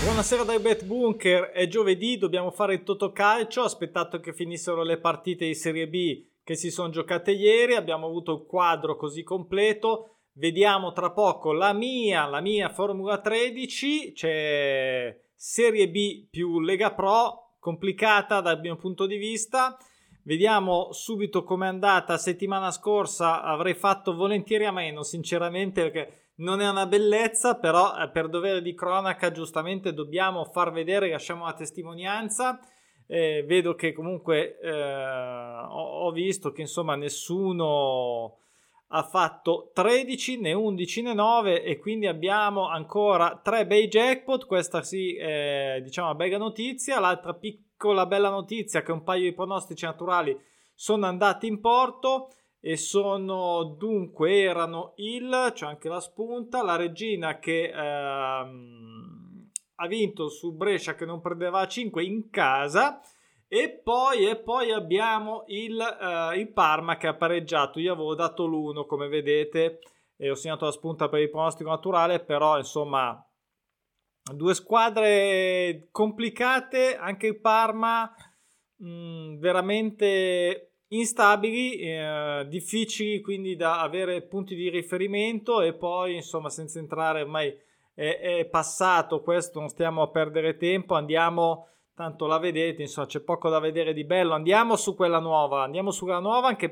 Buonasera dai Bet Bunker, è giovedì, dobbiamo fare il Totocalcio, aspettato che finissero le partite di Serie B che si sono giocate ieri, abbiamo avuto il quadro così completo, vediamo tra poco la mia Formula 13, c'è Serie B più Lega Pro, complicata dal mio punto di vista, vediamo subito com'è andata settimana scorsa, avrei fatto volentieri a meno sinceramente perché non è una bellezza, però per dovere di cronaca giustamente dobbiamo far vedere, lasciamo la testimonianza. Vedo che comunque ho visto che insomma nessuno ha fatto 13 né 11 né 9 e quindi abbiamo ancora 3 bei jackpot. Questa sì diciamo una bella notizia. L'altra piccola bella notizia è che un paio di pronostici naturali sono andati in porto e sono dunque erano c'è anche la spunta, la Regina che ha vinto su Brescia che non perdeva a 5 in casa e poi abbiamo il Parma che ha pareggiato. Io avevo dato l'1 come vedete e ho segnato la spunta per il pronostico naturale, però insomma due squadre complicate, anche il Parma veramente instabili, difficili quindi da avere punti di riferimento e poi insomma senza entrare ormai è passato questo, non stiamo a perdere tempo, andiamo, tanto la vedete, insomma c'è poco da vedere di bello, andiamo su quella nuova anche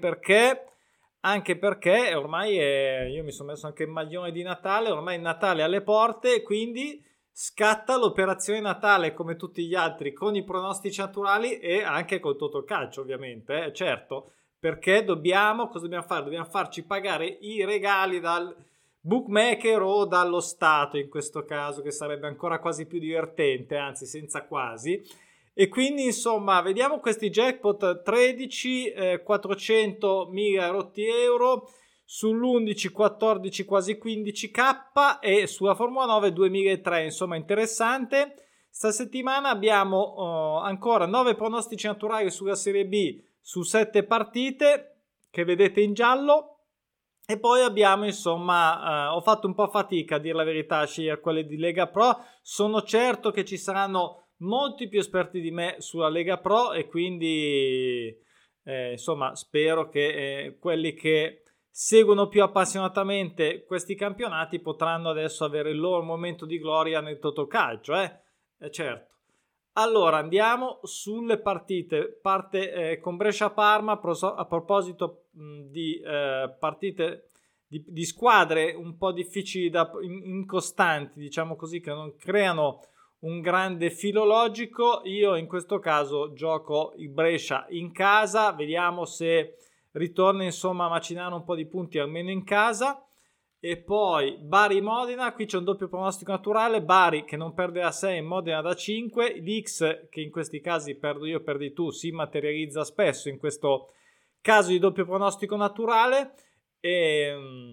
perché ormai io mi sono messo anche il maglione di Natale, ormai il Natale è alle porte, quindi scatta l'operazione Natale come tutti gli altri con i pronostici naturali e anche col Totocalcio ovviamente, certo, perché cosa dobbiamo fare? Dobbiamo farci pagare i regali dal bookmaker o dallo Stato in questo caso, che sarebbe ancora quasi più divertente, anzi senza quasi. E quindi insomma vediamo questi jackpot 13, 400.000 rotti euro, sull'11 14 quasi 15k e sulla Formula 9 2003, insomma interessante. Sta settimana abbiamo ancora 9 pronostici naturali sulla Serie B su 7 partite che vedete in giallo e poi abbiamo insomma ho fatto un po' fatica a dire la verità a scegliere quelle di Lega Pro. Sono certo che ci saranno molti più esperti di me sulla Lega Pro e quindi insomma spero che quelli che seguono più appassionatamente questi campionati potranno adesso avere il loro momento di gloria nel Totocalcio, certo. Allora andiamo sulle partite, parte con Brescia-Parma. A proposito di partite di squadre un po' difficili incostanti, diciamo così, che non creano un grande filo logico, io in questo caso gioco il Brescia in casa, vediamo se ritorna insomma a macinare un po' di punti almeno in casa. E poi Bari-Modena, qui c'è un doppio pronostico naturale, Bari che non perde da 6, Modena da 5, l'X che in questi casi perdo io, perdi tu, si materializza spesso in questo caso di doppio pronostico naturale e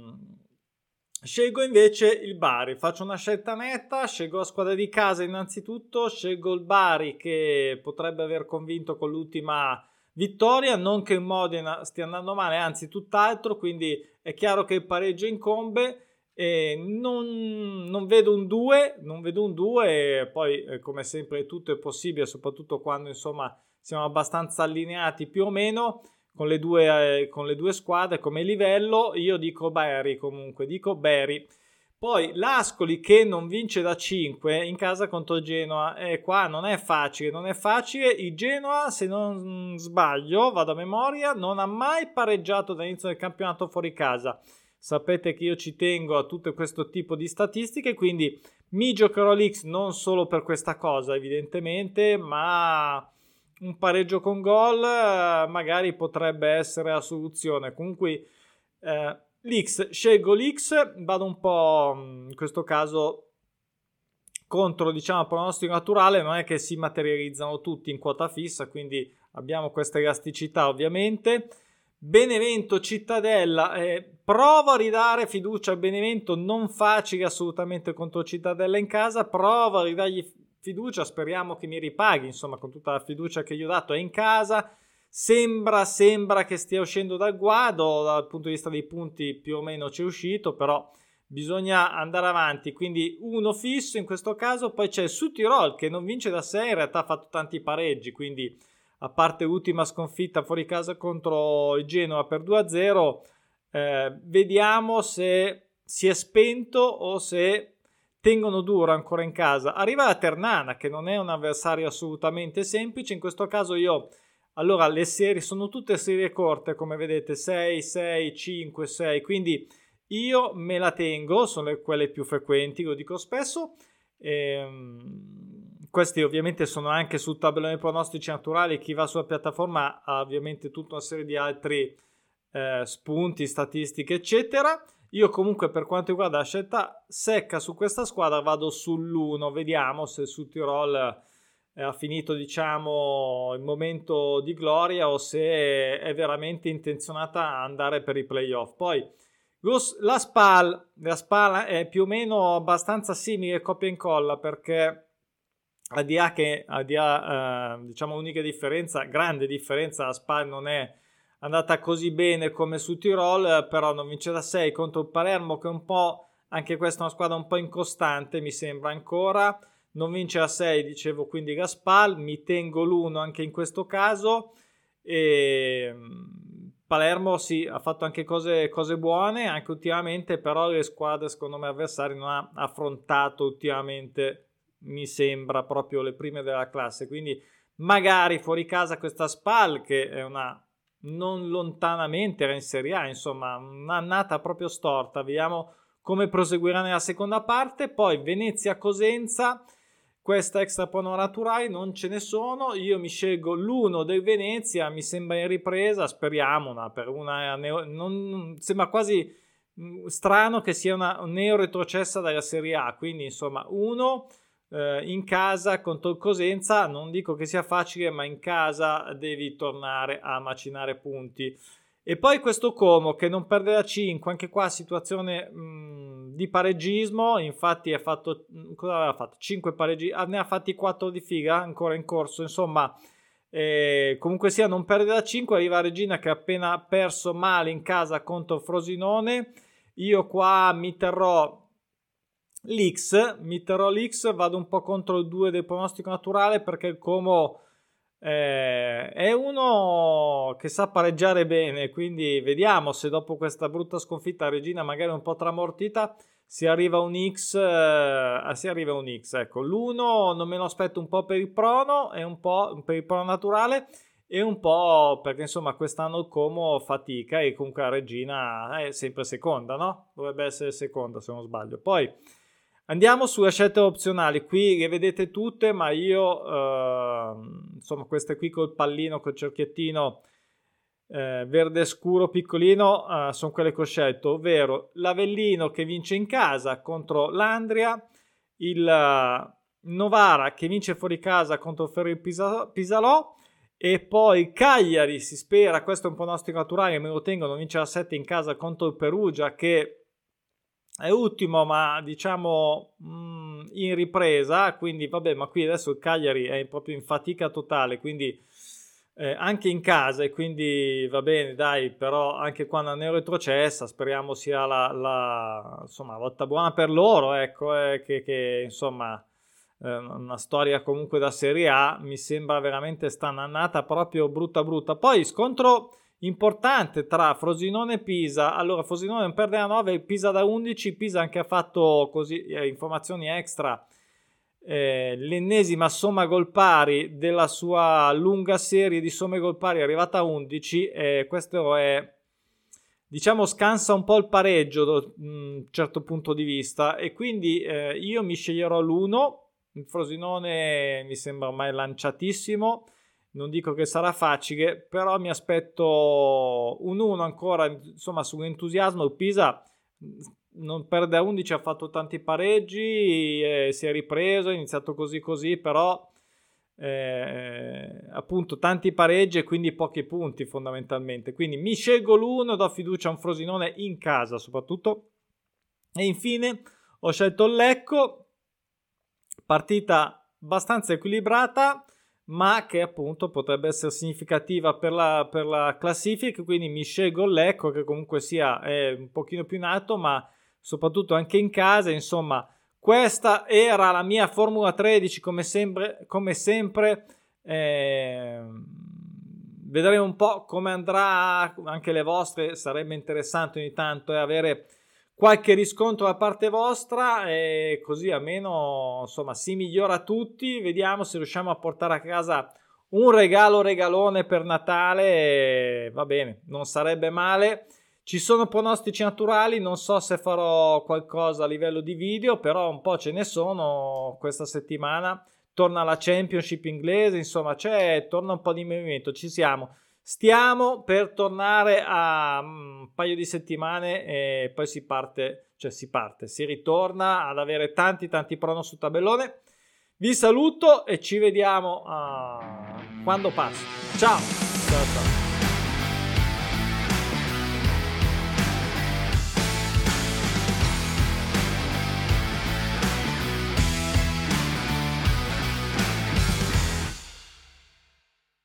scelgo invece il Bari, faccio una scelta netta, scelgo la squadra di casa innanzitutto, scelgo il Bari che potrebbe aver convinto con l'ultima vittoria, non che il Modena stia andando male, anzi tutt'altro, quindi è chiaro che il pareggio incombe e non vedo un 2, e poi come sempre tutto è possibile, soprattutto quando insomma siamo abbastanza allineati più o meno con le due squadre come livello. Io dico Bari, poi l'Ascoli che non vince da 5 in casa contro il Genoa, qua non è facile. Il Genoa, se non sbaglio, vado a memoria, non ha mai pareggiato dall'inizio del campionato fuori casa. Sapete che io ci tengo a tutto questo tipo di statistiche, quindi mi giocherò l'X non solo per questa cosa evidentemente, ma un pareggio con gol magari potrebbe essere la soluzione. Comunque scelgo l'X, vado un po' in questo caso contro diciamo pronostico naturale, non è che si materializzano tutti in quota fissa, quindi abbiamo questa elasticità ovviamente. Benevento Cittadella, provo a ridare fiducia a Benevento, non facile assolutamente contro Cittadella in casa, provo a ridargli fiducia, speriamo che mi ripaghi insomma con tutta la fiducia che gli ho dato, è in casa. Sembra che stia uscendo dal guado, dal punto di vista dei punti più o meno c'è uscito, però bisogna andare avanti, quindi 1 fisso in questo caso. Poi c'è Südtirol che non vince da 6, in realtà ha fatto tanti pareggi, quindi a parte l'ultima sconfitta fuori casa contro il Genoa per 2-0, vediamo se si è spento o se tengono duro ancora in casa. Arriva la Ternana, che non è un avversario assolutamente semplice. In questo caso allora le serie sono tutte serie corte, come vedete, 6, 6, 5, 6, quindi io me la tengo, sono quelle più frequenti, lo dico spesso. Questi ovviamente sono anche sul tabellone pronostici naturali. Chi va sulla piattaforma ha ovviamente tutta una serie di altri spunti, statistiche, eccetera. Io comunque, per quanto riguarda la scelta secca su questa squadra, vado sull'1. Vediamo se il Südtirol ha finito, diciamo, il momento di gloria o se è veramente intenzionata a andare per i playoff. Poi la Spal è più o meno abbastanza simile copia e incolla, perché diciamo l'unica differenza, grande differenza, la Spal non è andata così bene come su Tirol, però non vince da 6 contro il Palermo, che è un po', anche questa è una squadra un po' incostante, mi sembra ancora. Non vince da 6, dicevo, quindi la Spal, mi tengo l'1 anche in questo caso. E Palermo sì, ha fatto anche cose buone anche ultimamente, però le squadre, secondo me, avversari non ha affrontato ultimamente, mi sembra, proprio le prime della classe, quindi magari fuori casa questa Spal, che è una non lontanamente era in Serie A, insomma un'annata proprio storta. Vediamo come proseguirà nella seconda parte. Poi Venezia-Cosenza, questa extra prono naturali non ce ne sono, io mi scelgo l'1 del Venezia, mi sembra in ripresa, speriamo non sembra quasi strano che sia una neo retrocessa dalla Serie A, quindi insomma 1 in casa contro il Cosenza. Non dico che sia facile, ma in casa devi tornare a macinare punti. E poi questo Como che non perde da 5, anche qua situazione di pareggismo, infatti ha fatto, cosa aveva fatto? 5 pareggi, ne ha fatti 4 di figa ancora in corso, insomma comunque sia non perde da 5. Arriva Regina che ha appena perso male in casa contro Frosinone. Io qua mi terrò l'X, vado un po' contro il 2 del pronostico naturale, perché il Como è uno che sa pareggiare bene, quindi vediamo se dopo questa brutta sconfitta Regina, magari un po' tramortita, si arriva a un X. Ecco, l'1 non me lo aspetto, un po' per il prono e un po' per il prono naturale, e un po' perché insomma quest'anno il Como fatica, e comunque la Regina è sempre seconda, no? Dovrebbe essere seconda se non sbaglio. Poi andiamo sulle scelte opzionali, qui le vedete tutte, ma io insomma queste qui col pallino, col cerchiettino verde scuro piccolino, sono quelle che ho scelto, ovvero l'Avellino che vince in casa contro l'Andria, il Novara che vince fuori casa contro Ferri Pisalò, e poi Cagliari, si spera, questo è un pronostico naturale, me lo tengo, non vince la 7 in casa contro il Perugia, che è ultimo ma diciamo in ripresa, quindi vabbè, ma qui adesso il Cagliari è proprio in fatica totale, quindi anche in casa, e quindi va bene, dai, però anche quando ne è retrocessa speriamo sia insomma, volta buona per loro, ecco, che insomma una storia comunque da Serie A, mi sembra veramente stanannata proprio brutta. Poi scontro importante tra Frosinone e Pisa. Allora, Frosinone non perde da 9, Pisa da 11. Pisa anche ha fatto così informazioni extra, l'ennesima somma gol pari della sua lunga serie di somme gol pari, è arrivata a 11, e questo è, diciamo, scansa un po' il pareggio da un certo punto di vista, e quindi io mi sceglierò l'1. Il Frosinone mi sembra ormai lanciatissimo, non dico che sarà facile, però mi aspetto un 1 ancora, insomma, sull'entusiasmo. Il Pisa non perde a 11, ha fatto tanti pareggi, si è ripreso, è iniziato così, però appunto tanti pareggi e quindi pochi punti fondamentalmente. Quindi mi scelgo l'1, do fiducia a un Frosinone in casa soprattutto. E infine ho scelto il Lecco, partita abbastanza equilibrata, ma che appunto potrebbe essere significativa per la classifica, quindi mi scelgo il Lecco, che comunque sia un pochino più in alto, ma soprattutto anche in casa. Insomma, questa era la mia Formula 13, come sempre. Vedremo un po' come andrà anche le vostre. Sarebbe interessante ogni tanto avere qualche riscontro da parte vostra, e così almeno insomma si migliora tutti. Vediamo se riusciamo a portare a casa un regalone per Natale. Va bene, non sarebbe male. Ci sono pronostici naturali, non so se farò qualcosa a livello di video, però un po' ce ne sono questa settimana. Torna la Championship inglese, insomma torna un po' di movimento, ci siamo. Stiamo per tornare a un paio di settimane e poi si ritorna ad avere tanti pronostici sul tabellone. Vi saluto e ci vediamo quando passo. Ciao!